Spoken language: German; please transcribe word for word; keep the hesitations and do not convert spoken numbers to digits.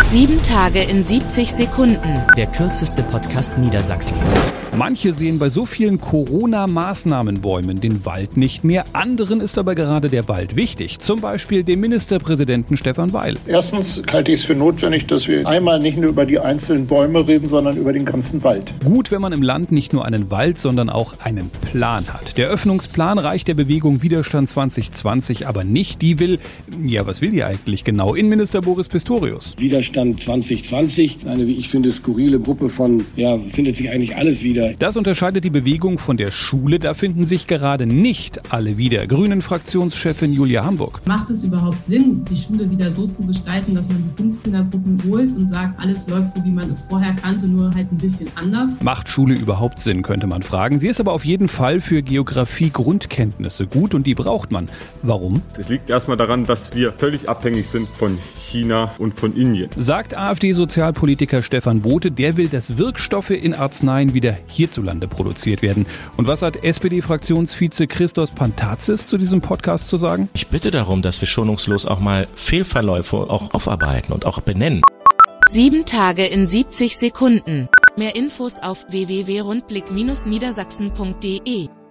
Sieben Tage in siebzig Sekunden. Der kürzeste Podcast Niedersachsens. Manche sehen bei so vielen Corona-Maßnahmenbäumen den Wald nicht mehr. Anderen ist aber gerade der Wald wichtig. Zum Beispiel dem Ministerpräsidenten Stefan Weil. Erstens halte ich es für notwendig, dass wir einmal nicht nur über die einzelnen Bäume reden, sondern über den ganzen Wald. Gut, wenn man im Land nicht nur einen Wald, sondern auch einen Plan hat. Der Öffnungsplan reicht der Bewegung Widerstand zwanzig zwanzig aber nicht. Die will, ja, was will die eigentlich genau? Innenminister Boris Pistorius. Widerstand zwanzig zwanzig, eine, wie ich finde, skurrile Gruppe von, ja, findet sich eigentlich alles wieder. Das unterscheidet die Bewegung von der Schule. Da finden sich gerade nicht alle wieder. Grünen-Fraktionschefin Julia Hamburg. Macht es überhaupt Sinn, die Schule wieder so zu gestalten, dass man die fünfzehner-Gruppen holt und sagt, alles läuft so, wie man es vorher kannte, nur halt ein bisschen anders? Macht Schule überhaupt Sinn, könnte man fragen. Sie ist aber auf jeden Fall für Geografie-Grundkenntnisse gut und die braucht man. Warum? Es liegt erstmal daran, dass wir völlig abhängig sind von China und von Indien. Sagt AfD-Sozialpolitiker Stefan Bote, der will, dass Wirkstoffe in Arzneien wieder hierzulande produziert werden. Und was hat S P D-Fraktionsvize Christos Pantazis zu diesem Podcast zu sagen? Ich bitte darum, dass wir schonungslos auch mal Fehlverläufe auch aufarbeiten und auch benennen. Sieben Tage in siebzig Sekunden. Mehr Infos auf w w w punkt rundblick Bindestrich niedersachsen punkt de.